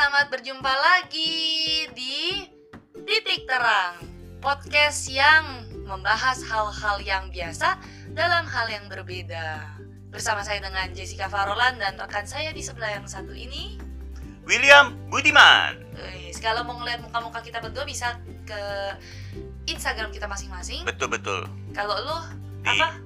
selamat berjumpa lagi di Titik Terang, podcast yang membahas hal-hal yang biasa dalam hal yang berbeda. Bersama saya dengan Jessica Farolan dan rekan saya di sebelah yang satu ini, William Budiman. Kalau mau ngeliat muka-muka kita berdua bisa ke Instagram kita masing-masing. Betul. Kalau lu Di apa?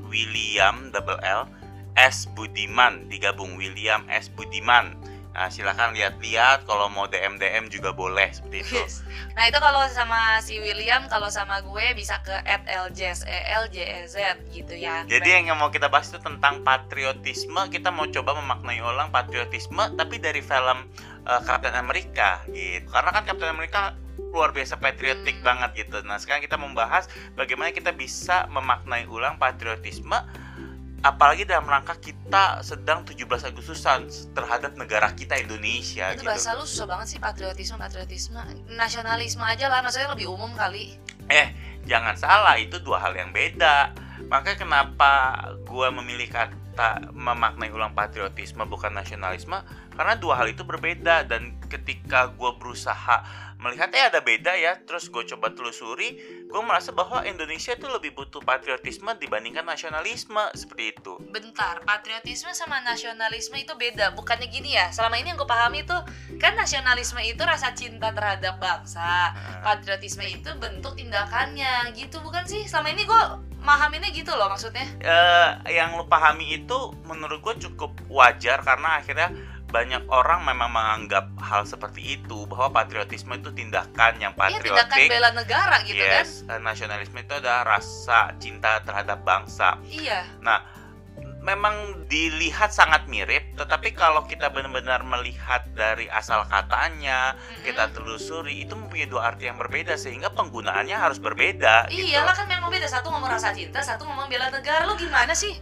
@William_S_Budiman, digabung William S Budiman. Nah, silakan lihat-lihat, kalau mau DM juga boleh seperti itu. Yes. Nah itu kalau sama si William, kalau sama gue bisa ke @LJZ gitu ya. Jadi yang mau kita bahas itu tentang patriotisme. Kita mau coba memaknai ulang patriotisme tapi dari film Captain America gitu. Karena kan Captain America luar biasa patriotik banget gitu. Nah sekarang kita membahas bagaimana kita bisa memaknai ulang patriotisme, apalagi dalam rangka kita sedang 17 Agustusan terhadap negara kita Indonesia. Itu gitu. bahasa lu susah banget sih, patriotisme, nasionalisme aja lah, maksudnya lebih umum kali. Jangan salah, itu dua hal yang beda. Makanya kenapa gue memilih kata memaknai ulang patriotisme bukan nasionalisme, karena dua hal itu berbeda. Dan ketika gue berusaha melihat ada beda ya, terus gue coba telusuri, gue merasa bahwa Indonesia itu lebih butuh patriotisme dibandingkan nasionalisme, seperti itu. Bentar, patriotisme sama nasionalisme itu beda. Bukannya gini ya, selama ini yang gue pahami tuh kan nasionalisme itu rasa cinta terhadap bangsa, patriotisme itu bentuk tindakannya gitu, bukan sih? Selama ini gue mahaminnya gitu loh maksudnya. Yang lu pahami itu menurut gue cukup wajar, karena akhirnya banyak orang memang menganggap hal seperti itu, bahwa patriotisme itu tindakan yang patriotik. Iya, tindakan bela negara gitu kan. Yes, nasionalisme itu adalah rasa cinta terhadap bangsa. Iya. Nah, memang dilihat sangat mirip, tetapi kalau kita benar-benar melihat dari asal katanya, kita telusuri, itu mempunyai dua arti yang berbeda, sehingga penggunaannya harus berbeda. Iyalah kan memang beda, satu ngomong rasa cinta, satu ngomong bela negara. Lu gimana sih?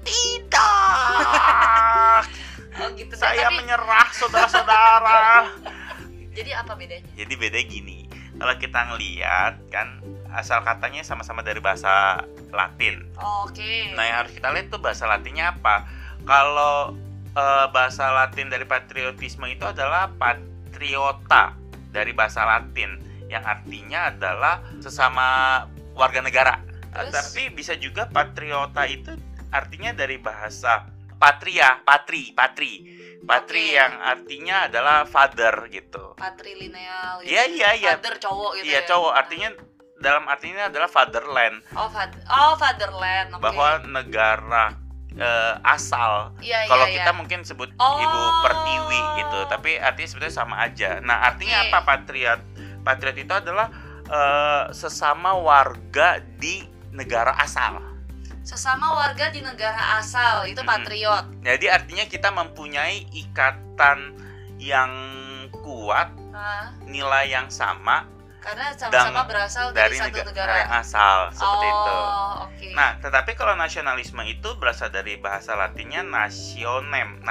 Tidak. Oh gitu. Saya menyerah, saudara-saudara. Jadi apa bedanya? Jadi bedanya gini, kalau kita ngelihat kan asal katanya sama-sama dari bahasa Latin. Oke. Nah yang harus kita lihat tuh bahasa Latinnya apa. Kalau bahasa Latin dari patriotisme itu adalah patriota, dari bahasa Latin yang artinya adalah sesama warga negara. Tapi bisa juga patriota itu artinya dari bahasa patria, patri yang artinya adalah father gitu. Patrilineal gitu. Iya. Father cowok gitu. Iya, ya? cowok. Artinya dalam artinya adalah fatherland. Fatherland. Okay. Bahwa negara asal. Iya, kalau iya. kita mungkin sebut ibu pertiwi gitu, tapi artinya sebetulnya sama aja. Nah, artinya apa patriot? Patriot itu adalah sesama warga di negara asal. Sesama warga di negara asal itu patriot. Jadi artinya kita mempunyai ikatan yang kuat, nilai yang sama, karena sama-sama berasal dari satu negara yang asal, seperti itu. Okay. Nah, tetapi kalau nasionalisme itu berasal dari bahasa Latinnya nationem,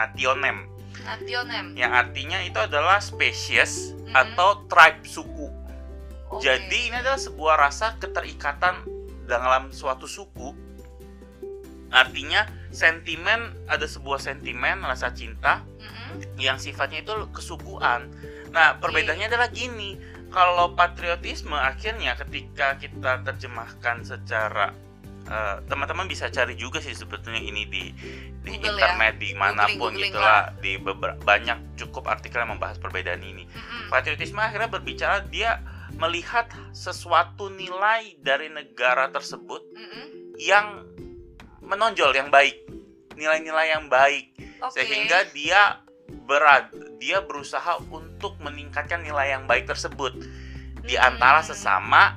yang artinya itu adalah spesies atau tribe, suku. Jadi ini adalah sebuah rasa keterikatan dalam suatu suku. Artinya ada sebuah sentimen rasa cinta yang sifatnya itu kesukuan. Nah, perbedaannya adalah gini. Kalau patriotisme akhirnya ketika kita terjemahkan secara teman-teman bisa cari juga sih sebetulnya ini di Google, internet ya? Dimanapun gitulah, di banyak cukup artikel yang membahas perbedaan ini. Patriotisme akhirnya berbicara dia melihat sesuatu nilai dari negara tersebut yang menonjol, yang baik, nilai-nilai yang baik, sehingga dia berusaha untuk meningkatkan nilai yang baik tersebut di antara sesama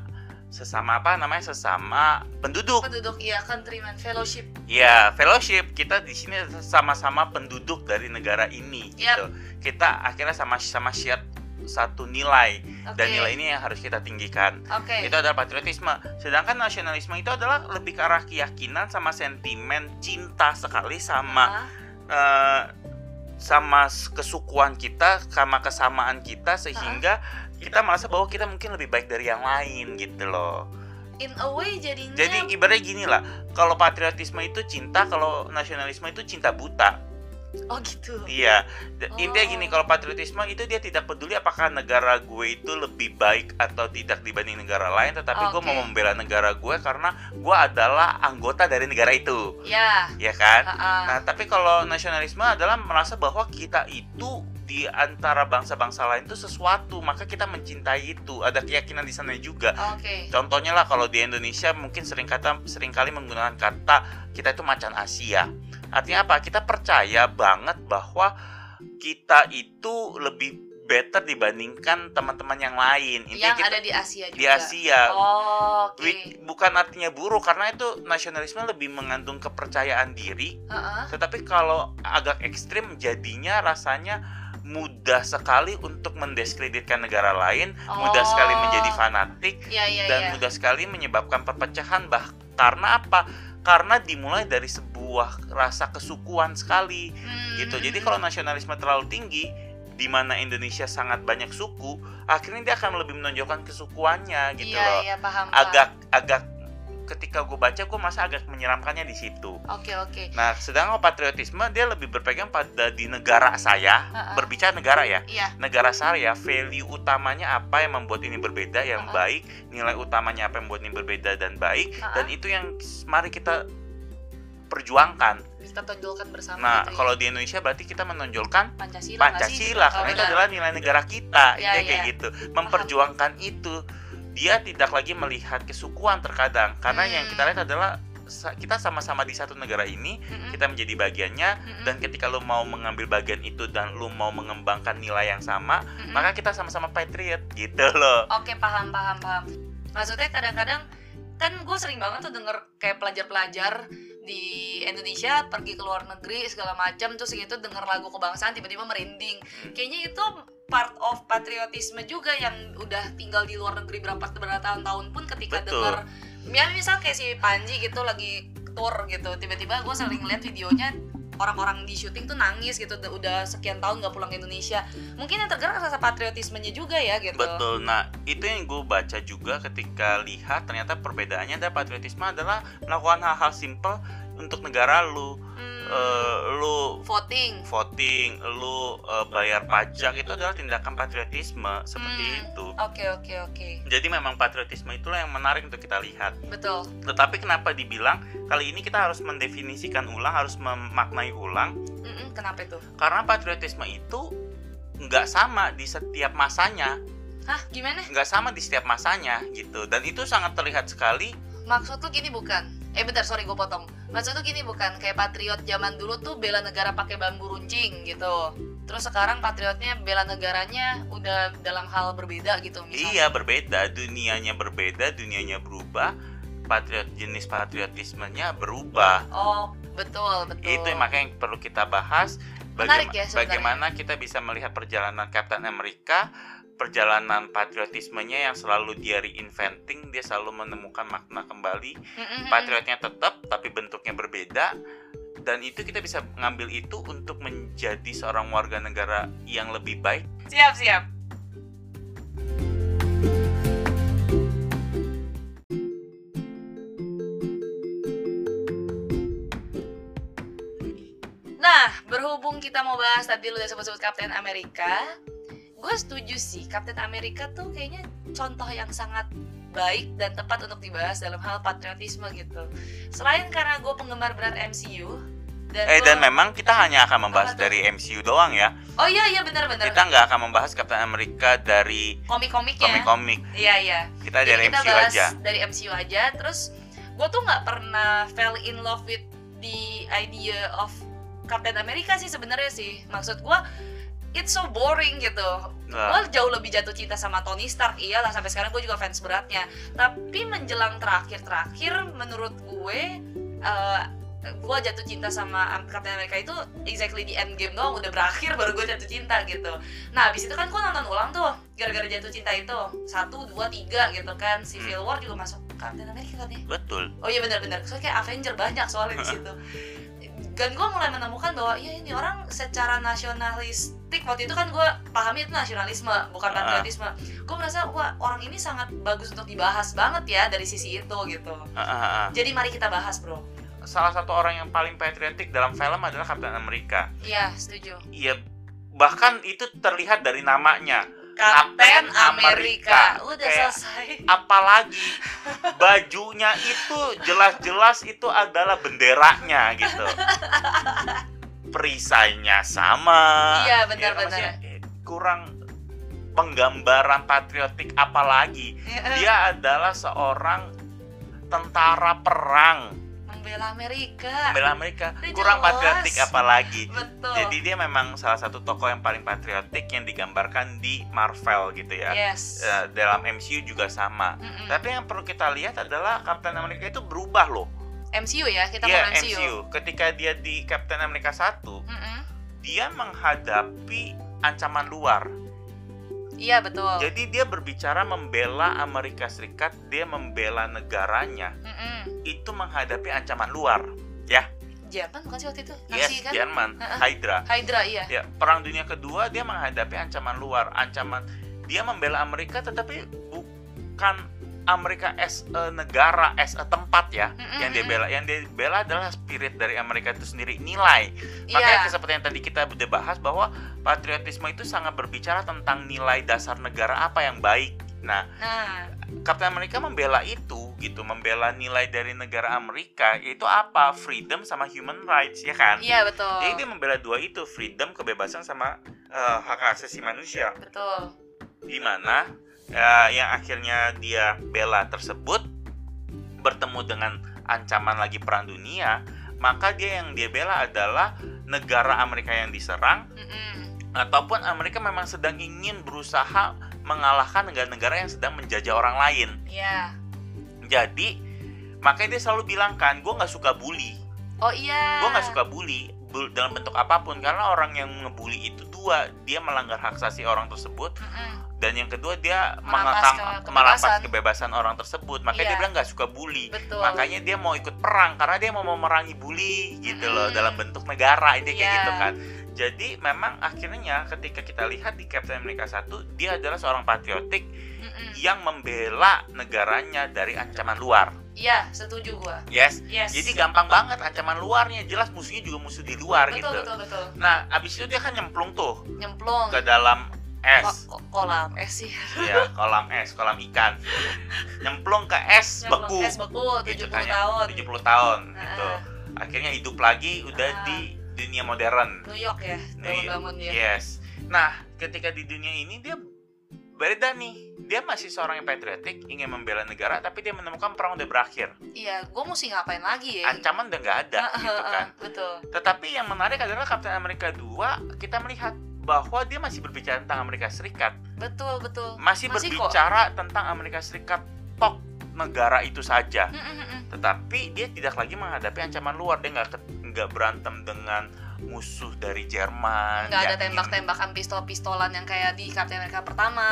penduduk. Iya, countryman, fellowship. Iya, fellowship. Kita di sini sama-sama penduduk dari negara ini gitu. Kita akhirnya sama-sama share satu nilai, dan nilai ini yang harus kita tinggikan. Itu adalah patriotisme. Sedangkan nasionalisme itu adalah lebih ke arah keyakinan sama sentimen cinta sekali sama kesukuan kita, sama kesamaan kita, sehingga kita merasa bahwa kita mungkin lebih baik dari yang lain gitu loh. In a way jadinya. Jadi ibaratnya gini lah, kalau patriotisme itu cinta, kalau nasionalisme itu cinta buta. Oh gitu. Iya, intinya gini, kalau patriotisme itu dia tidak peduli apakah negara gue itu lebih baik atau tidak dibanding negara lain, tetapi gue mau membela negara gue karena gue adalah anggota dari negara itu. Ya kan? Nah, tapi kalau nasionalisme adalah merasa bahwa kita itu di antara bangsa-bangsa lain itu sesuatu, maka kita mencintai itu, ada keyakinan di sana juga. Contohnya lah kalau di Indonesia mungkin seringkali menggunakan kata kita itu macan Asia. Artinya apa? Kita percaya banget bahwa kita itu lebih better dibandingkan teman-teman yang lain. Intinya yang ada di Asia juga. Di Asia. Bukan artinya buruk, karena itu nasionalisme lebih mengandung kepercayaan diri. Tetapi kalau agak ekstrim jadinya rasanya mudah sekali untuk mendiskreditkan negara lain, mudah sekali menjadi fanatik, dan mudah sekali menyebabkan perpecahan. Karena apa? Karena dimulai dari sebuah rasa kesukuan sekali gitu. Jadi kalau nasionalisme terlalu tinggi, di mana Indonesia sangat banyak suku, akhirnya dia akan lebih menonjolkan kesukuannya gitu loh. Paham. Agak ketika gue baca, gue masa agak menyeramkannya di situ. Oke. Nah, sedangkan patriotisme dia lebih berpegang pada di negara saya. Berbicara negara ya. Negara saya, value utamanya apa yang membuat ini berbeda, yang baik, nilai utamanya apa yang membuat ini berbeda dan baik, dan itu yang mari kita perjuangkan. Kita tonjolkan bersama. Nah, gitu, kalau di Indonesia berarti kita menonjolkan Pancasila karena itu adalah nilai negara kita. Kayak gitu. Memperjuangkan itu. Dia tidak lagi melihat kesukuan terkadang, karena yang kita lihat adalah kita sama-sama di satu negara ini, kita menjadi bagiannya, dan ketika lu mau mengambil bagian itu dan lu mau mengembangkan nilai yang sama, maka kita sama-sama patriot gitu loh. Oke, paham. Maksudnya kadang-kadang kan gue sering banget tuh denger kayak pelajar-pelajar di Indonesia pergi ke luar negeri segala macam, terus gitu denger lagu kebangsaan tiba-tiba merinding. Kayaknya itu part of patriotisme juga, yang udah tinggal di luar negeri bertahun-tahun pun ketika denger, misal kayak si Panji gitu lagi tour gitu, tiba-tiba gue sering lihat videonya orang-orang di syuting tuh nangis gitu, udah sekian tahun gak pulang ke Indonesia. Mungkin yang tergerak rasa patriotismenya juga ya gitu. Betul. Nah, itu yang gue baca juga ketika lihat ternyata perbedaannya adalah patriotisme adalah melakukan hal-hal simple untuk negara lu. Lu voting, lu bayar pajak, itu adalah tindakan patriotisme seperti itu. Oke. Jadi memang patriotisme itulah yang menarik untuk kita lihat. Betul. Tetapi kenapa dibilang kali ini kita harus mendefinisikan ulang, harus memaknai ulang? Kenapa itu? Karena patriotisme itu nggak sama di setiap masanya. Hah, gimana? Nggak sama di setiap masanya gitu, dan itu sangat terlihat sekali. Maksud lu gini bukan? Bentar, sorry gue potong. Maksud tuh gini bukan, kayak patriot zaman dulu tuh bela negara pakai bambu runcing gitu. Terus sekarang patriotnya bela negaranya udah dalam hal berbeda gitu misalnya. Iya, berbeda, dunianya berbeda, dunianya berubah, jenis patriotismenya berubah. Oh, betul. Itu makanya yang perlu kita bahas. Menarik ya sebenarnya. Bagaimana kita bisa melihat perjalanan Captain America, perjalanan patriotismenya yang selalu dia reinventing, dia selalu menemukan makna kembali. Patriotnya tetap tapi bentuknya berbeda, dan itu kita bisa ngambil itu untuk menjadi seorang warga negara yang lebih baik. Siap. Nah, berhubung kita mau bahas tadi lu udah sebut-sebut Captain America, gue setuju sih, Captain America tuh kayaknya contoh yang sangat baik dan tepat untuk dibahas dalam hal patriotisme gitu. Selain karena gue penggemar berat MCU dan memang kita hanya akan membahas dari MCU doang ya. Oh iya benar. Kita nggak akan membahas Captain America dari komik-komiknya. Iya. Kita dari MCU aja. Dari MCU aja. Terus gue tuh nggak pernah fell in love with the idea of Captain America sih sebenarnya sih. Maksud gue, it's so boring gitu. Gue jauh lebih jatuh cinta sama Tony Stark, iyalah sampai sekarang gue juga fans beratnya. Tapi menjelang terakhir menurut gue jatuh cinta sama Captain America itu exactly di end game doang, udah berakhir baru gue jatuh cinta gitu. Nah abis itu kan gue nonton ulang tuh gara-gara jatuh cinta itu 1, 2, 3 gitu kan. Civil War juga masuk Captain America kan ya? Betul. Oh iya benar-benar. Soalnya kayak Avenger banyak soalnya di situ. Dan gue mulai menemukan bahwa ya ini orang secara nasionalistik, waktu itu kan gue pahami itu nasionalisme bukan patriotisme. Gue merasa wah orang ini sangat bagus untuk dibahas banget ya dari sisi itu gitu. Jadi mari kita bahas bro. salah satu orang yang paling patriotik dalam film adalah Captain America. Iya, setuju. Iya, bahkan itu terlihat dari namanya. Captain America. Udah Kayak, selesai. apalagi bajunya itu jelas-jelas itu adalah benderanya gitu. Perisainya sama. Iya, benar-benar. Kurang penggambaran patriotik apalagi. Dia adalah seorang tentara perang membela Amerika. Kurang patriotik apalagi. Betul. Jadi dia memang salah satu tokoh yang paling patriotik yang digambarkan di Marvel gitu ya. Yes. Dalam MCU juga sama. Tapi yang perlu kita lihat adalah Captain America itu berubah loh. MCU ya, kita Iya, mau MCU. Ketika dia di Captain America 1, dia menghadapi ancaman luar. Iya, betul. Jadi dia berbicara membela Amerika Serikat, dia membela negaranya. Itu menghadapi ancaman luar, ya. Jerman bukan sih waktu itu? Yes, kan? Jerman, Hydra. Iya. Ya, Perang Dunia Kedua dia menghadapi ancaman luar, dia membela Amerika tetapi bukan Amerika as a negara, as a tempat ya. Yang dia bela adalah spirit dari Amerika itu sendiri, nilai. Makanya seperti yang tadi kita udah bahas bahwa patriotisme itu sangat berbicara tentang nilai dasar negara apa yang baik. Nah, Captain America membela itu gitu, membela nilai dari negara Amerika, yaitu apa? Freedom sama human rights, ya kan? Iya, betul. Jadi dia membela dua itu, freedom, kebebasan sama hak asasi manusia. Betul. Di mana yang akhirnya dia bela tersebut bertemu dengan ancaman lagi perang dunia, maka dia bela adalah negara Amerika yang diserang, ataupun Amerika memang sedang ingin berusaha mengalahkan negara-negara yang sedang menjajah orang lain. Iya. Jadi makanya dia selalu bilang kan, gue nggak suka bully. Oh iya. Gue nggak suka bully dalam bentuk apapun, karena orang yang ngebully itu dua, dia melanggar hak asasi orang tersebut. Dan yang kedua dia merampas kebebasan orang tersebut. Makanya dia bilang nggak suka bully. Betul. Makanya dia mau ikut perang karena dia mau memerangi bully gitu loh, dalam bentuk negara ini kayak gitu kan. Jadi memang akhirnya ketika kita lihat di Captain America 1, dia adalah seorang patriotik yang membela negaranya dari ancaman luar. Iya, setuju gua. Yes. Jadi gampang banget ancaman luarnya, jelas musuhnya juga musuh di luar. Betul. Nah, abis itu dia kan nyemplung ke dalam es. Kolam es sih. Iya, kolam ikan. Nyemplung ke es beku. Es beku 70 tahun. 70 tahun gitu. Akhirnya hidup lagi udah di dunia modern. New York ya, bangun ya. Yes. Nah, ketika di dunia ini dia beda nih. Dia masih seorang yang patriotik, ingin membela negara, tapi dia menemukan perang udah berakhir. Iya, gue mesti ngapain lagi ya? Ancaman udah nggak ada gitu kan. Betul. Tetapi yang menarik adalah Captain America 2, kita melihat bahwa dia masih berbicara tentang Amerika Serikat. Betul. Masih berbicara tentang Amerika Serikat, tok negara itu saja. Tetapi dia tidak lagi menghadapi ancaman luar. Dia nggak berantem dengan musuh dari Jerman. Nggak ada tembak-tembakan pistol-pistolan yang kayak di Captain America pertama.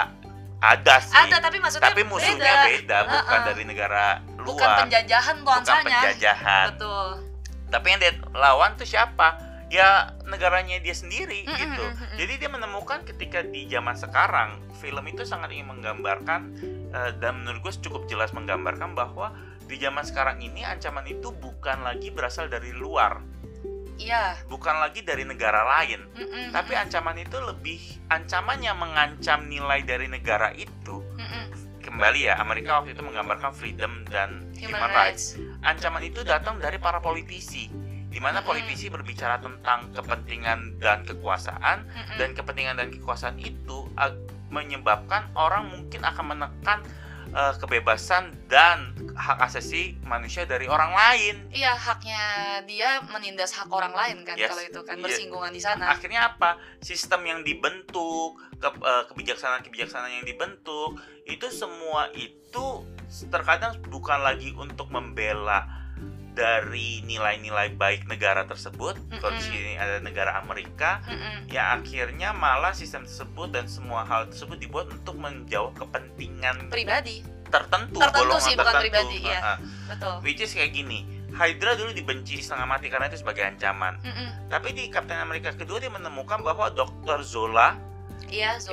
Ada sih. Ada, tapi maksudnya musuhnya beda, bukan dari negara luar. Bukan penjajahan nuansanya. Bukan penjajahan. Betul. Tapi yang dia lawan tuh siapa? Ya negaranya dia sendiri gitu. Jadi dia menemukan ketika di zaman sekarang, film itu sangat ingin menggambarkan dan menurut gue cukup jelas menggambarkan bahwa di zaman sekarang ini ancaman itu bukan lagi berasal dari luar. Iya. Bukan lagi dari negara lain. Tapi ancaman itu ancaman yang mengancam nilai dari negara itu. Kembali ya, Amerika waktu itu menggambarkan freedom dan human rights. Ancaman itu datang dari para politisi, di mana politisi berbicara tentang kepentingan dan kekuasaan, dan kepentingan dan kekuasaan itu menyebabkan orang mungkin akan menekan kebebasan dan hak asasi manusia dari orang lain. Iya, haknya dia menindas hak orang lain kan. Kalau itu kan bersinggungan di sana. Akhirnya apa? Sistem yang dibentuk, kebijaksanaan yang dibentuk, itu semua itu terkadang bukan lagi untuk membela dari nilai-nilai baik negara tersebut. Kalau di sini ada negara Amerika, ya akhirnya malah sistem tersebut dan semua hal tersebut dibuat untuk menjauh kepentingan pribadi tertentu sih, bukan pribadi ya. Betul. Which is kayak gini, Hydra dulu dibenci setengah mati karena itu sebagai ancaman. Tapi di Captain America kedua dia menemukan bahwa Dr. Zola,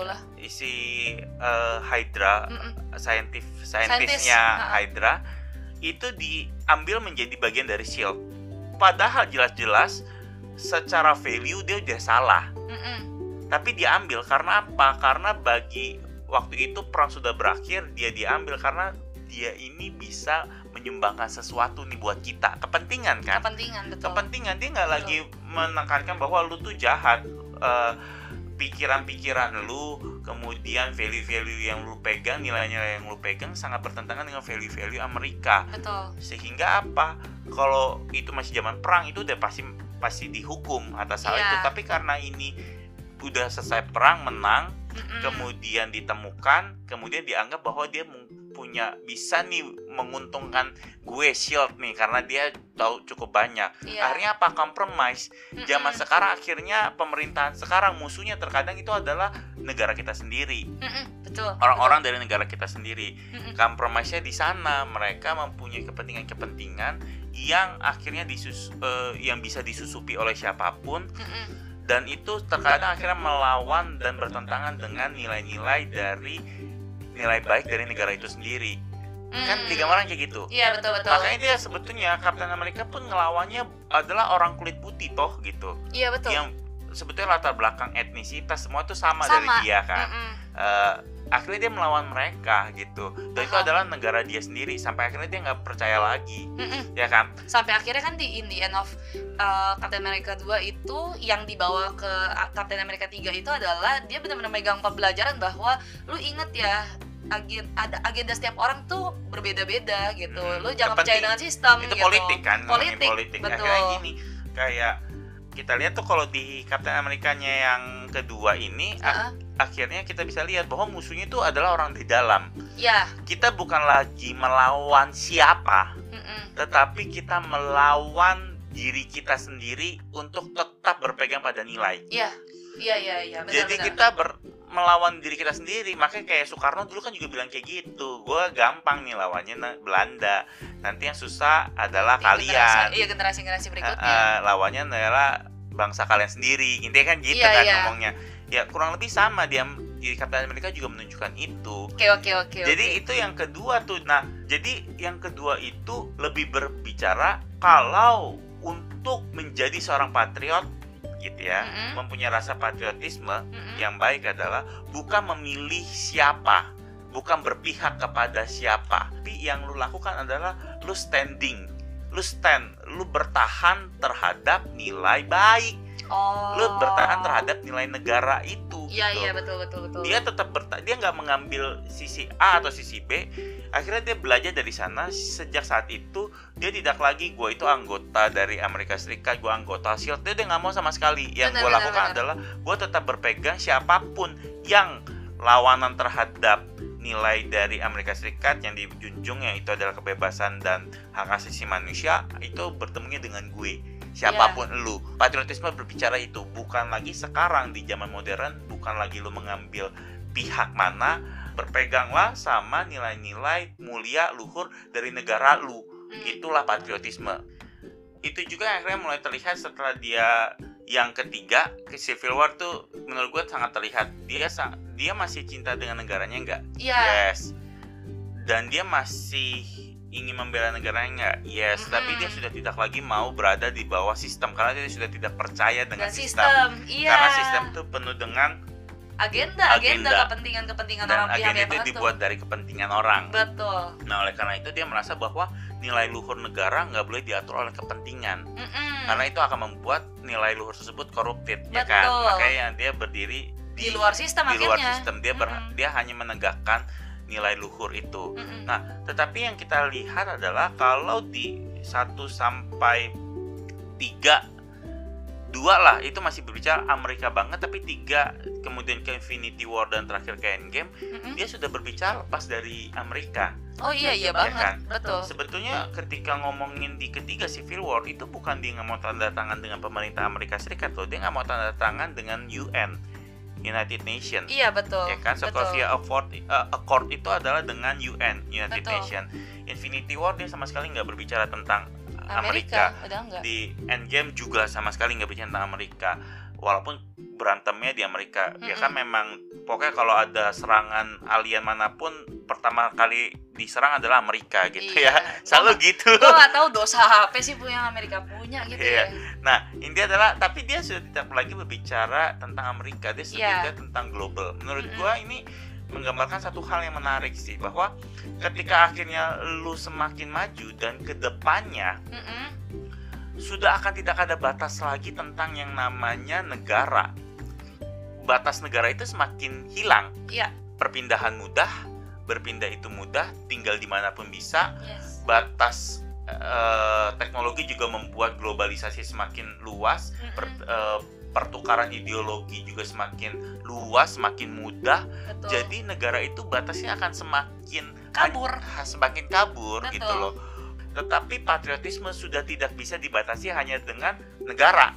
si Hydra, saintisnya Hydra, itu diambil menjadi bagian dari SHIELD. Padahal jelas-jelas secara value dia udah salah. Tapi diambil karena apa? Karena bagi waktu itu perang sudah berakhir, dia diambil karena dia ini bisa menyumbangkan sesuatu nih buat kita. Kepentingan kan? Kepentingan, betul. Kepentingan, dia nggak lagi menekankan bahwa lu tuh jahat. Pikiran-pikiran lu, kemudian value-value yang lu pegang, nilai-nilai yang lu pegang sangat bertentangan dengan value-value Amerika. Betul. Sehingga apa? Kalau itu masih zaman perang, itu udah pasti dihukum atas hal itu. Tapi karena ini udah selesai perang, menang, kemudian ditemukan, kemudian dianggap bahwa dia bisa nih menguntungkan gue SHIELD nih karena dia tahu cukup banyak. Akhirnya apa? Compromise. Zaman sekarang akhirnya pemerintahan sekarang musuhnya terkadang itu adalah negara kita sendiri. Betul. Orang-orang dari negara kita sendiri. Compromise-nya di sana, mereka mempunyai kepentingan-kepentingan yang akhirnya yang bisa disusupi oleh siapapun. Dan itu terkadang akhirnya melawan dan bertentangan dengan nilai-nilai baik dari negara itu sendiri. Kan digambarkan kayak gitu. Iya, betul. Makanya dia sebetulnya Kapten Amerika pun ngelawannya adalah orang kulit putih toh gitu. Iya, betul. Yang sebetulnya latar belakang etnisitas semua itu sama dari dia kan. Akhirnya dia melawan mereka gitu. Dan itu adalah negara dia sendiri. Sampai akhirnya dia nggak percaya lagi. Ya kan? Sampai akhirnya kan di the end of Captain America 2 itu yang dibawa ke Captain America 3 itu adalah dia benar-benar megang pembelajaran bahwa lu inget ya, agenda setiap orang tuh berbeda-beda gitu. Lu jangan percaya dengan sistem itu gitu. Politik kan, politik. Betul. Akhirnya gini, kayak kita lihat tuh kalau di Captain Amerikanya yang kedua ini akhirnya kita bisa lihat bahwa musuhnya itu adalah orang di dalam. Ya. Kita bukan lagi melawan siapa, tetapi kita melawan diri kita sendiri untuk tetap berpegang pada nilai. Iya. Benar. Jadi kita melawan diri kita sendiri. Makanya kayak Soekarno dulu kan juga bilang kayak gitu. Gue gampang nih lawannya Belanda. Nanti yang susah adalah kalian. Generasi berikutnya. Lawannya adalah bangsa kalian sendiri. Intinya kan gitu ngomongnya. Ya kurang lebih sama dia di Captain America juga menunjukkan itu. Oke. Jadi itu yang kedua tuh. Nah, jadi yang kedua itu lebih berbicara kalau untuk menjadi seorang patriot gitu ya, mempunyai rasa patriotisme yang baik adalah bukan memilih siapa, bukan berpihak kepada siapa, tapi yang lu lakukan adalah lu lu bertahan terhadap nilai baik. Lu bertahan terhadap nilai negara itu. Iya, betul. Dia tetap dia nggak mengambil sisi A atau sisi B. Akhirnya dia belajar dari sana. Sejak saat itu dia tidak lagi gue itu anggota dari Amerika Serikat, gue anggota SHIELD. Dia nggak mau sama sekali. Yang gue lakukan adalah gue tetap berpegang siapapun yang lawanan terhadap nilai dari Amerika Serikat yang dijunjung, yang itu adalah kebebasan dan hak asasi manusia, itu bertemunya dengan gue. Siapapun lu, patriotisme berbicara itu. Bukan lagi sekarang di zaman modern, bukan lagi lu mengambil pihak mana, berpeganglah sama nilai-nilai mulia luhur dari negara lu. Itulah patriotisme. Itu juga akhirnya mulai terlihat setelah dia yang ketiga, ke Civil War tuh menurut gue sangat terlihat. Dia masih cinta dengan negaranya enggak? Yes. Dan dia masih ingin membela negaranya, yes, tapi dia sudah tidak lagi mau berada di bawah sistem karena dia sudah tidak percaya dengan sistem. Karena sistem itu penuh dengan agenda kepentingan orang pihak agenda itu dibuat dari kepentingan orang. Betul. Nah, oleh karena itu dia merasa bahwa nilai luhur negara nggak boleh diatur oleh kepentingan, karena itu akan membuat nilai luhur tersebut corrupted, ya kan? Makanya dia berdiri di luar sistem. Dia hanya menegakkan nilai luhur itu. Nah, tetapi yang kita lihat adalah kalau di 1 sampai 3, 2 lah itu masih berbicara Amerika banget, tapi 3 kemudian ke Infinity War dan terakhir ke Endgame, dia sudah berbicara lepas dari Amerika. Oh iya banget, kan? Betul. Sebetulnya ketika ngomongin di ketiga Civil War itu bukan dia nggak mau tanda tangan dengan pemerintah Amerika Serikat loh, dia nggak mau tanda tangan dengan UN, United Nations. Iya, betul. Ya kan, Sokovia Accord itu adalah dengan UN, United Nations. Infinity War dia sama sekali nggak berbicara tentang Amerika. Di Endgame juga sama sekali nggak bicara tentang Amerika, walaupun berantemnya di Amerika. Ya kan memang pokoknya kalau ada serangan alien manapun pertama kali diserang adalah Amerika gitu Iya. ya. Selalu gitu. Gue nggak tahu dosa apa sih yang Amerika punya gitu Iya. ya. Nah, intinya adalah tapi dia sudah tidak lagi berbicara tentang Amerika, dia sudah Iya. berbicara tentang global. Menurut gua ini menggambarkan satu hal yang menarik sih, bahwa ketika akhirnya lu semakin maju dan kedepannya sudah akan tidak ada batas lagi tentang yang namanya negara. Batas negara itu semakin hilang. Iya. Perpindahan mudah, berpindah itu mudah, tinggal dimanapun bisa. Yes. Batas teknologi juga membuat globalisasi semakin luas. Pertukaran ideologi juga semakin luas, semakin mudah. Betul. Jadi negara itu batasnya akan semakin Kabur. kabur Betul. gitu loh. Tetapi patriotisme sudah tidak bisa dibatasi hanya dengan negara.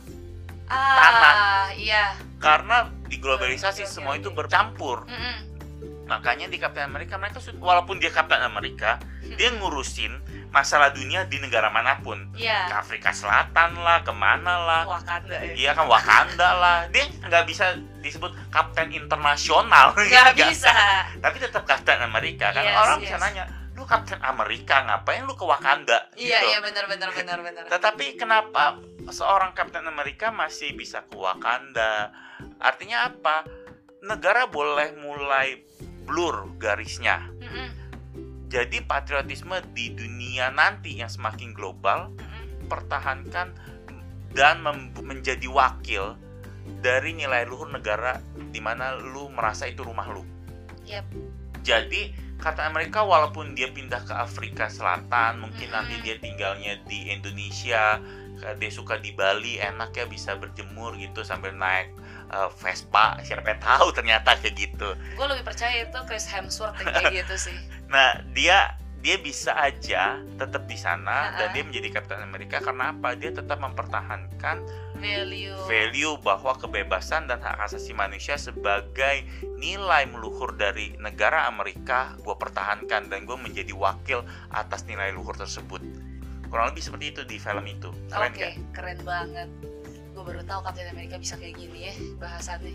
Tanah. Iya. Karena di globalisasi Oke. semua itu bercampur. Makanya di Kapten Amerika mereka walaupun dia Kapten Amerika, dia ngurusin masalah dunia di negara manapun. Iya. Ke Afrika Selatan lah, kemana lah. Wakanda ya. Iya kan, Wakanda lah. Dia nggak bisa disebut Kapten Internasional. Nggak bisa. Tapi tetap Kapten Amerika. Karena Yes, orang bisa yes. nanya, lu Kapten Amerika ngapain lu ke Wakanda? Iya, gitu. iya benar. Tetapi kenapa seorang Kapten Amerika masih bisa ke Wakanda? Artinya apa? Negara boleh mulai blur garisnya. Jadi patriotisme di dunia nanti yang semakin global, pertahankan dan menjadi wakil dari nilai luhur negara di mana lu merasa itu rumah lu. Yep. Jadi Kapten Amerika walaupun dia pindah ke Afrika Selatan, mungkin nanti dia tinggalnya di Indonesia, dia suka di Bali, enak ya bisa berjemur gitu sambil naik Vespa, siapa tahu ternyata kayak gitu. Gue lebih percaya itu Chris Hemsworth yang kayak gitu sih. Nah, dia bisa aja tetap di sana dan dia menjadi Kapten Amerika karena apa? Dia tetap mempertahankan value bahwa kebebasan dan hak asasi manusia sebagai nilai meluhur dari negara Amerika gue pertahankan dan gue menjadi wakil atas nilai luhur tersebut. Kurang lebih seperti itu di film itu. Keren Oke, keren banget. Gue baru tahu Kapten Amerika bisa kayak gini ya bahasannya.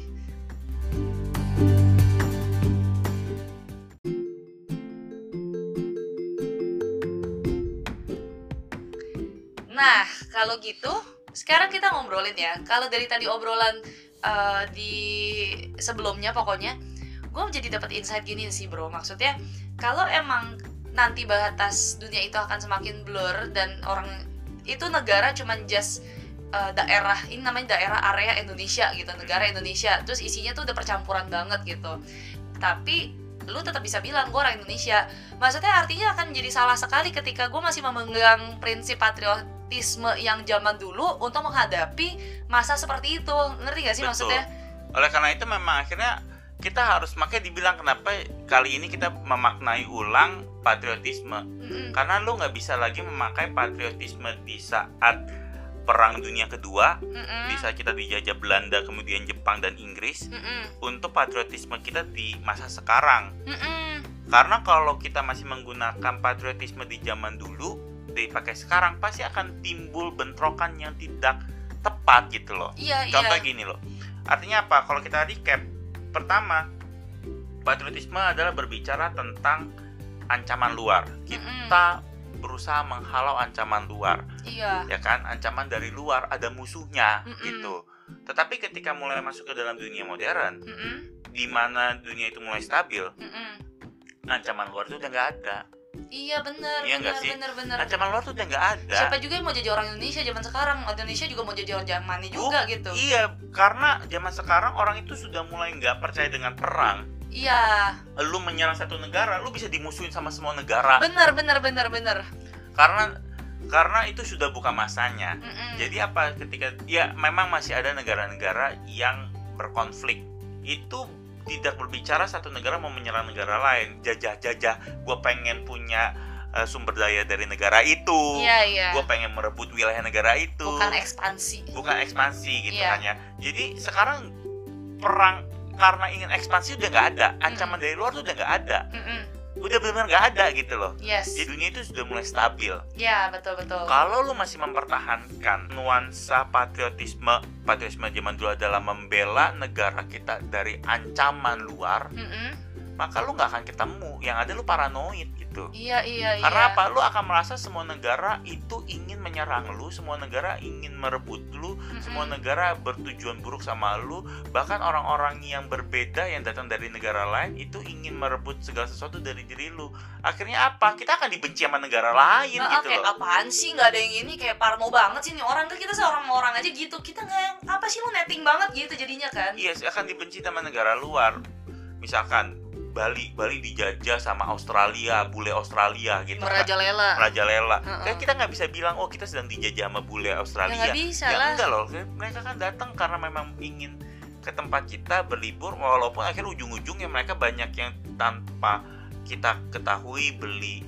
Nah, kalau gitu sekarang kita ngobrolin ya. Kalau dari tadi obrolan di sebelumnya pokoknya gue jadi dapat insight gini sih bro. Maksudnya kalau emang nanti batas dunia itu akan semakin blur dan orang itu negara cuman just daerah, ini namanya daerah area Indonesia gitu, negara Indonesia, terus isinya tuh udah percampuran banget gitu, tapi lu tetap bisa bilang gue orang Indonesia. Maksudnya artinya akan jadi salah sekali ketika gue masih memegang prinsip patriotisme yang zaman dulu untuk menghadapi masa seperti itu. Ngerti gak sih? Betul. Maksudnya oleh karena itu memang akhirnya kita harus, makanya dibilang kenapa kali ini kita memaknai ulang patriotisme. Karena lu gak bisa lagi memakai patriotisme di saat Perang Dunia Kedua, di saat kita dijajah Belanda, kemudian Jepang dan Inggris, untuk patriotisme kita di masa sekarang. Karena kalau kita masih menggunakan patriotisme di zaman dulu, dipakai sekarang, pasti akan timbul bentrokan yang tidak tepat gitu loh. Contoh gini loh, artinya apa? Kalau kita recap, pertama, patriotisme adalah berbicara tentang ancaman luar. Kita berusaha menghalau ancaman luar, ya kan, ancaman dari luar, ada musuhnya gitu. Tetapi ketika mulai masuk ke dalam dunia modern, di mana dunia itu mulai stabil, ancaman luar itu udah nggak ada. Iya benar, benar. Ancaman luar tuh udah nggak ada. Siapa juga yang mau jadi orang Indonesia zaman sekarang? Indonesia juga mau jadi orang Jerman juga gitu. Iya, karena zaman sekarang orang itu sudah mulai nggak percaya dengan perang. Iya. Lu menyerang satu negara, lu bisa dimusuhin sama semua negara. Benar. Karena itu sudah bukan masanya. Jadi apa? Ketika ya memang masih ada negara-negara yang berkonflik. Itu tidak berbicara satu negara mau menyerang negara lain, jajah. Gue pengen punya sumber daya dari negara itu. Iya. Gue pengen merebut wilayah negara itu. Bukan ekspansi gitu kan ya. Jadi sekarang perang karena ingin ekspansi udah nggak ada, ancaman dari luar tuh udah nggak ada, udah benar-benar nggak ada gitu loh. Jadi dunia itu sudah mulai stabil. Ya betul. Kalau lu masih mempertahankan nuansa patriotisme zaman dulu adalah membela negara kita dari ancaman luar, maka lu nggak akan ketemu. Yang ada lu paranoid gitu. Iya. Karena apa? Lu akan merasa semua negara itu ingin menyerang lu, semua negara ingin merebut lu, semua negara bertujuan buruk sama lu. Bahkan orang-orang yang berbeda yang datang dari negara lain itu ingin merebut segala sesuatu dari diri lu. Akhirnya apa? Kita akan dibenci sama negara lain gitu kayak loh. Apaan sih, nggak ada yang ini, kayak parno banget sih nih orang. Kan kita seorang orang aja gitu, kita nggak, apa sih lu netting banget gitu jadinya kan. Iya, akan dibenci sama negara luar. Misalkan Bali dijajah sama Australia, bule Australia gitu. Merajalela. Kan kita nggak bisa bilang kita sedang dijajah sama bule Australia. Ya nggak bisa lah. Enggak loh, mereka kan datang karena memang ingin ke tempat kita berlibur, walaupun akhirnya ujung-ujungnya mereka banyak yang tanpa kita ketahui beli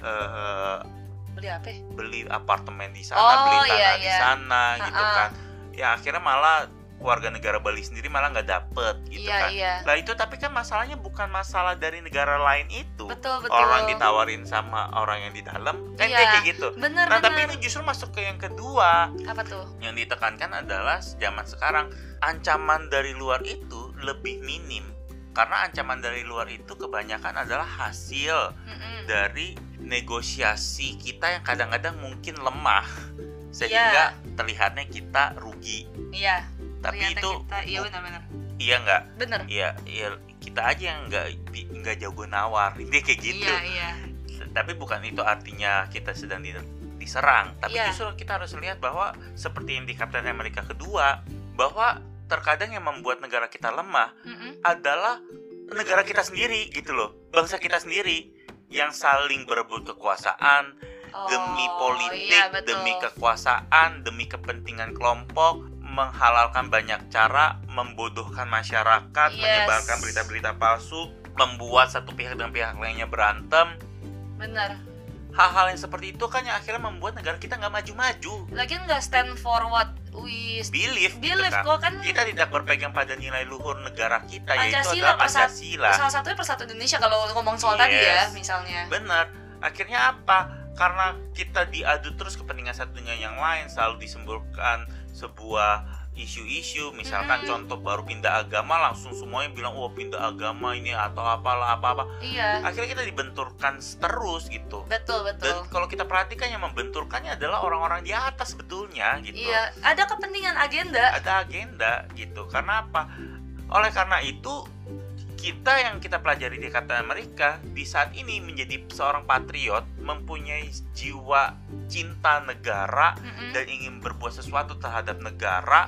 apa? Beli apartemen di sana, beli tanah di sana gitu kan. Ya akhirnya malah warga negara Bali sendiri malah nggak dapet gitu kan. Lah itu tapi kan masalahnya bukan masalah dari negara lain itu. Betul. Orang ditawarin sama orang yang di dalam kan kayak gitu. Bener. Tapi ini justru masuk ke yang kedua. Apa tuh? Yang ditekankan adalah zaman sekarang ancaman dari luar itu lebih minim. Karena ancaman dari luar itu kebanyakan adalah hasil dari negosiasi kita yang kadang-kadang mungkin lemah, sehingga terlihatnya kita rugi. Iya. Tapi itu iya benar. Iya nggak? Benar. Iya kita aja yang nggak jago nawar, ini kayak gitu. Iya. Tapi bukan itu artinya kita sedang diserang. Tapi justru kita harus lihat bahwa seperti yang di Kapten Amerika kedua, bahwa terkadang yang membuat negara kita lemah adalah negara kita sendiri gitu loh, bangsa kita sendiri yang saling berebut kekuasaan demi politik, demi kekuasaan, demi kepentingan kelompok, menghalalkan banyak cara, membodohkan masyarakat, menyebarkan berita-berita palsu, membuat satu pihak dan pihak lainnya berantem. Benar. Hal-hal yang seperti itu kan yang akhirnya membuat negara kita nggak maju-maju. Lagian nggak stand for what we believe gitu kan. Kita tidak berpegang pada nilai luhur negara kita, yaitu adalah Pancasila. Salah satunya Persatuan Indonesia kalau ngomong soal tadi ya misalnya. Benar. Akhirnya apa? Karena kita diadu terus kepentingan satunya yang lain, selalu disemburkan sebuah isu-isu, misalkan contoh baru pindah agama, langsung semuanya bilang pindah agama ini atau apa. Iya. Akhirnya kita dibenturkan terus gitu. Betul. Dan kalau kita perhatikan yang membenturkannya adalah orang-orang di atas sebetulnya gitu. Iya, ada kepentingan agenda. Ada agenda gitu. Karena apa? Oleh karena itu kita yang kita pelajari di Kapten Amerika di saat ini menjadi seorang patriot, mempunyai jiwa cinta negara dan ingin berbuat sesuatu terhadap negara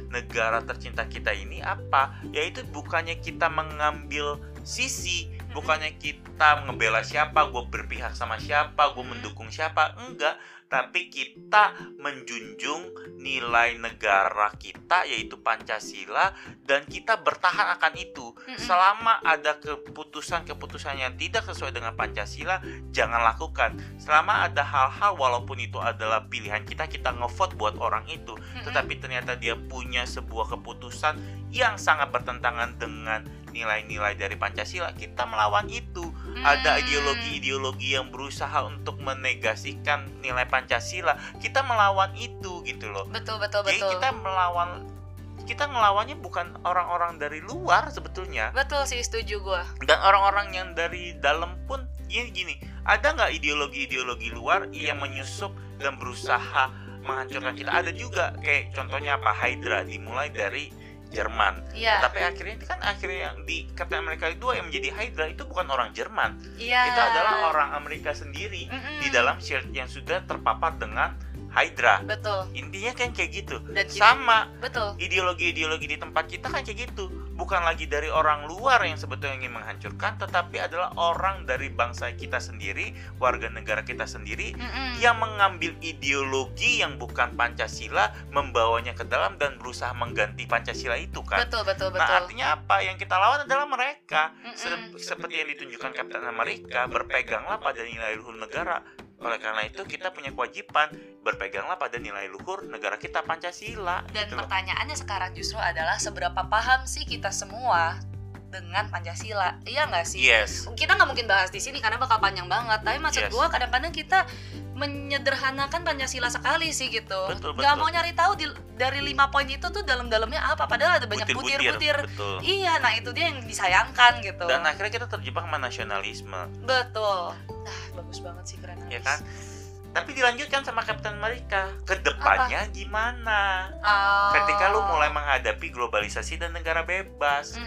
tercinta kita ini apa? Yaitu bukannya kita mengambil sisi, bukannya kita ngebela siapa, gue berpihak sama siapa, gue mendukung siapa, enggak. Tapi kita menjunjung nilai negara kita yaitu Pancasila, dan kita bertahan akan itu. Selama ada keputusan yang tidak sesuai dengan Pancasila, jangan lakukan. Selama ada hal-hal walaupun itu adalah pilihan kita ngevote buat orang itu, tetapi ternyata dia punya sebuah keputusan yang sangat bertentangan dengan nilai-nilai dari Pancasila, kita melawan itu. Ada ideologi-ideologi yang berusaha untuk menegasikan nilai Pancasila, kita melawan itu gitu loh. Betul. Jadi kita ngelawannya bukan orang-orang dari luar sebetulnya. Betul sih, setuju gua. Dan orang-orang yang dari dalam pun gini, ada nggak ideologi-ideologi luar yang menyusup dan berusaha menghancurkan kita? Ada juga, kayak contohnya apa, Hydra dimulai dari Jerman. Tapi akhirnya yang di Kapten Amerika 2 yang menjadi Hydra itu bukan orang Jerman. Itu adalah orang Amerika sendiri di dalam shield yang sudah terpapar dengan Hydra. Betul. Intinya kan kayak gitu. Dan sama. Betul. Ideologi-ideologi di tempat kita kan kayak gitu. Bukan lagi dari orang luar yang sebetulnya ingin menghancurkan, tetapi adalah orang dari bangsa kita sendiri, warga negara kita sendiri, yang mengambil ideologi yang bukan Pancasila, membawanya ke dalam dan berusaha mengganti Pancasila itu kan. Betul. Nah artinya apa? Yang kita lawan adalah mereka. Seperti yang ditunjukkan Kapten Amerika, berpeganglah pada nilai luhur negara. Oleh karena itu kita punya kewajiban berpeganglah pada nilai luhur negara kita, Pancasila. Dan gitu pertanyaannya sekarang justru adalah seberapa paham sih kita semua dengan Pancasila, iya nggak sih? Yes. Kita nggak mungkin bahas di sini karena bakal panjang banget. Tapi maksud Yes. gue kadang-kadang kita menyederhanakan Pancasila sekali sih gitu. Betul. Nggak mau nyari tahu dari 5 poin itu tuh dalam-dalamnya apa. Padahal ada banyak butir-butir. Betul. Iya, nah itu dia yang disayangkan gitu. Dan akhirnya kita terjebak sama nasionalisme. Betul. Nah, bagus banget sih, keren. Ya kan? Tapi dilanjutkan sama Captain America. Kedepannya gimana? Ketika lu mulai menghadapi globalisasi dan negara bebas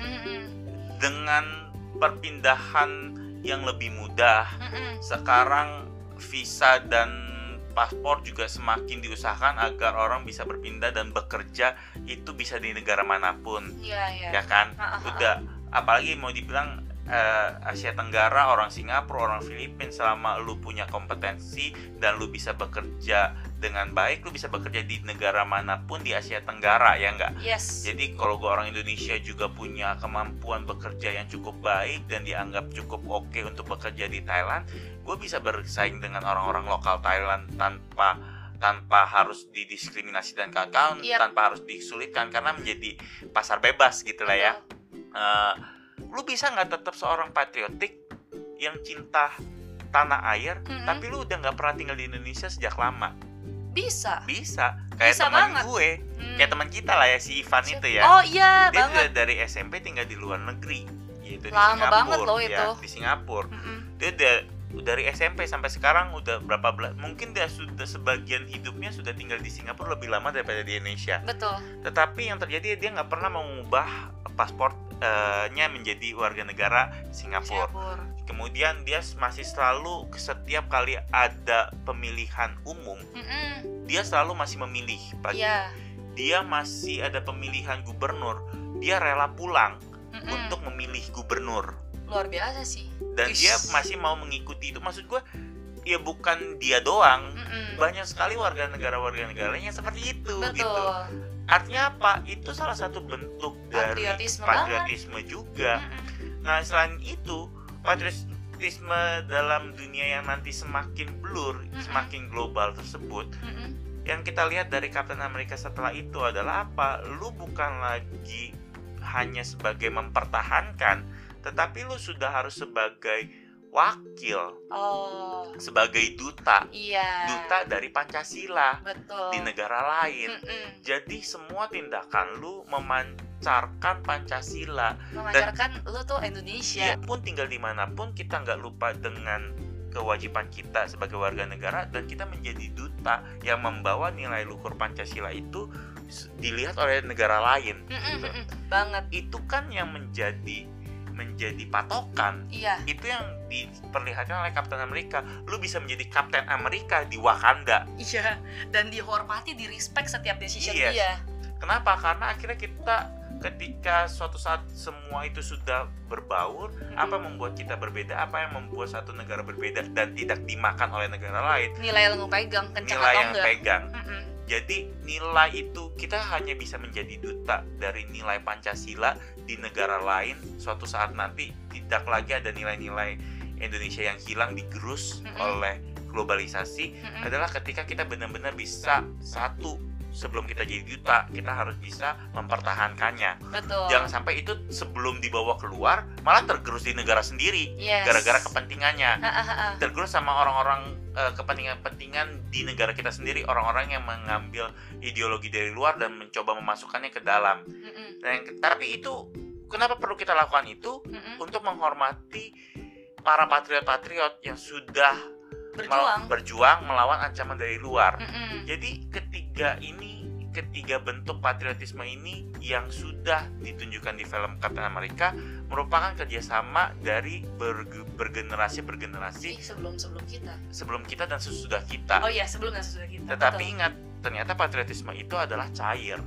dengan perpindahan yang lebih mudah. Sekarang visa dan paspor juga semakin diusahakan agar orang bisa berpindah dan bekerja itu bisa di negara manapun. Iya. Ya kan? Udah, apalagi mau dibilang Asia Tenggara, orang Singapura, orang Filipina, selama lu punya kompetensi dan lu bisa bekerja dengan baik, lu bisa bekerja di negara manapun di Asia Tenggara, ya enggak? Yes. Jadi kalau gua orang Indonesia juga punya kemampuan bekerja yang cukup baik dan dianggap cukup oke untuk bekerja di Thailand, gue bisa bersaing dengan orang-orang lokal Thailand tanpa harus didiskriminasi dan kawan-kawan, tanpa harus disulitkan karena menjadi pasar bebas gitu lah ya. Lu bisa nggak tetap seorang patriotik yang cinta tanah air, tapi lu udah nggak pernah tinggal di Indonesia sejak lama? Bisa. Kayak Bisa teman banget. gue, kayak teman kita lah ya, si Ivan itu ya. Oh iya, dia banget. udah dari SMP tinggal di luar negeri, yaitu di Lama Singapura. banget loh itu. Ya, di Singapura. Dia udah dari SMP sampai sekarang udah berapa bulan, mungkin dia sudah sebagian hidupnya sudah tinggal di Singapura lebih lama daripada di Indonesia. Betul. Tetapi yang terjadi dia nggak pernah mengubah paspornya menjadi warga negara Singapura. Kemudian dia masih selalu setiap kali ada pemilihan umum, dia selalu masih memilih. Dia masih ada pemilihan gubernur, dia rela pulang untuk memilih gubernur. Luar biasa sih. Dan dia masih mau mengikuti itu. Maksud gue, ya bukan dia doang, banyak sekali warga negaranya seperti itu. Betul. Gitu. Artinya apa? Itu salah satu bentuk dari patriotisme juga. Nah, selain itu, patriotisme dalam dunia yang nanti semakin blur, semakin global tersebut, yang kita lihat dari Captain America setelah itu adalah apa? Lu bukan lagi hanya sebagai mempertahankan, tetapi lu sudah harus sebagai wakil, sebagai duta dari Pancasila. Betul. Di negara lain. Jadi semua tindakan lu memancarkan Pancasila, memancarkan lu tuh Indonesia. Pun tinggal dimanapun, kita nggak lupa dengan kewajiban kita sebagai warga negara, dan kita menjadi duta yang membawa nilai luhur Pancasila itu dilihat oleh negara lain. Banget. Itu kan yang menjadi patokan. Itu yang diperlihatkan oleh Captain America. Lu bisa menjadi Captain America di Wakanda. Dan dihormati, di-respect setiap decision dia. Kenapa? Karena akhirnya kita ketika suatu saat semua itu sudah berbaur, apa yang membuat kita berbeda, apa yang membuat satu negara berbeda dan tidak dimakan oleh negara lain? Nilai yang lu pegang, kencang nilai atau yang enggak? Pegang. Jadi nilai itu kita hanya bisa menjadi duta dari nilai Pancasila di negara lain. Suatu saat nanti tidak lagi ada nilai-nilai Indonesia yang hilang digerus oleh globalisasi. Adalah ketika kita benar-benar bisa satu. Sebelum kita jadi duta, kita harus bisa mempertahankannya. Betul. Jangan sampai itu sebelum dibawa keluar malah tergerus di negara sendiri. Gara-gara kepentingannya. Tergerus sama orang-orang kepentingan di negara kita sendiri, orang-orang yang mengambil ideologi dari luar dan mencoba memasukkannya ke dalam. Tapi itu kenapa perlu kita lakukan itu? Untuk menghormati para patriot-patriot yang sudah berjuang melawan ancaman dari luar. Jadi ketiga bentuk patriotisme ini yang sudah ditunjukkan di film Captain America merupakan kerjasama dari bergenerasi sebelum kita dan sesudah kita. Sebelum dan sesudah kita. Tetapi ingat, ternyata patriotisme itu adalah cair,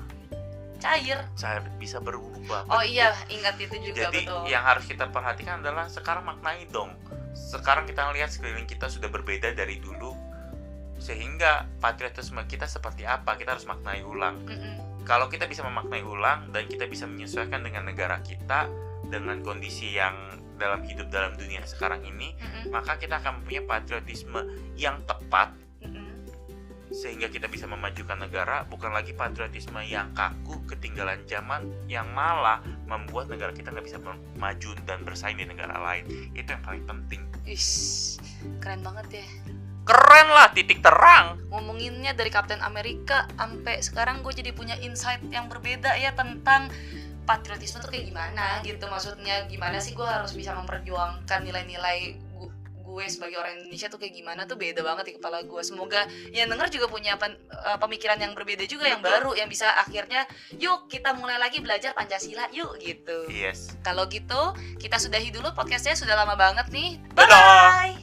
bisa berubah. Ingat itu juga. Jadi betul. Yang harus kita perhatikan adalah sekarang maknai dong. Sekarang kita lihat sekeliling kita sudah berbeda dari dulu, sehingga patriotisme kita seperti apa kita harus maknai ulang. Kalau kita bisa memaknai ulang dan kita bisa menyesuaikan dengan negara kita, dengan kondisi yang dalam hidup dalam dunia sekarang ini, maka kita akan mempunyai patriotisme yang tepat, sehingga kita bisa memajukan negara, bukan lagi patriotisme yang kaku, ketinggalan zaman, yang malah membuat negara kita nggak bisa maju dan bersaing di negara lain. Itu yang paling penting. Ish, keren banget ya. Keren lah, titik terang. Ngomonginnya dari Kapten Amerika sampai sekarang gue jadi punya insight yang berbeda ya tentang patriotisme tuh kayak gimana gitu. Maksudnya gimana sih gue harus bisa memperjuangkan nilai-nilai gue sebagai orang Indonesia tuh kayak gimana tuh beda banget di kepala gue. Semoga yang denger juga punya pemikiran yang berbeda juga, yang baru, yang bisa akhirnya yuk kita mulai lagi belajar Pancasila yuk gitu. Yes. Kalau gitu kita sudahi dulu podcastnya, sudah lama banget nih. Dadah. Bye.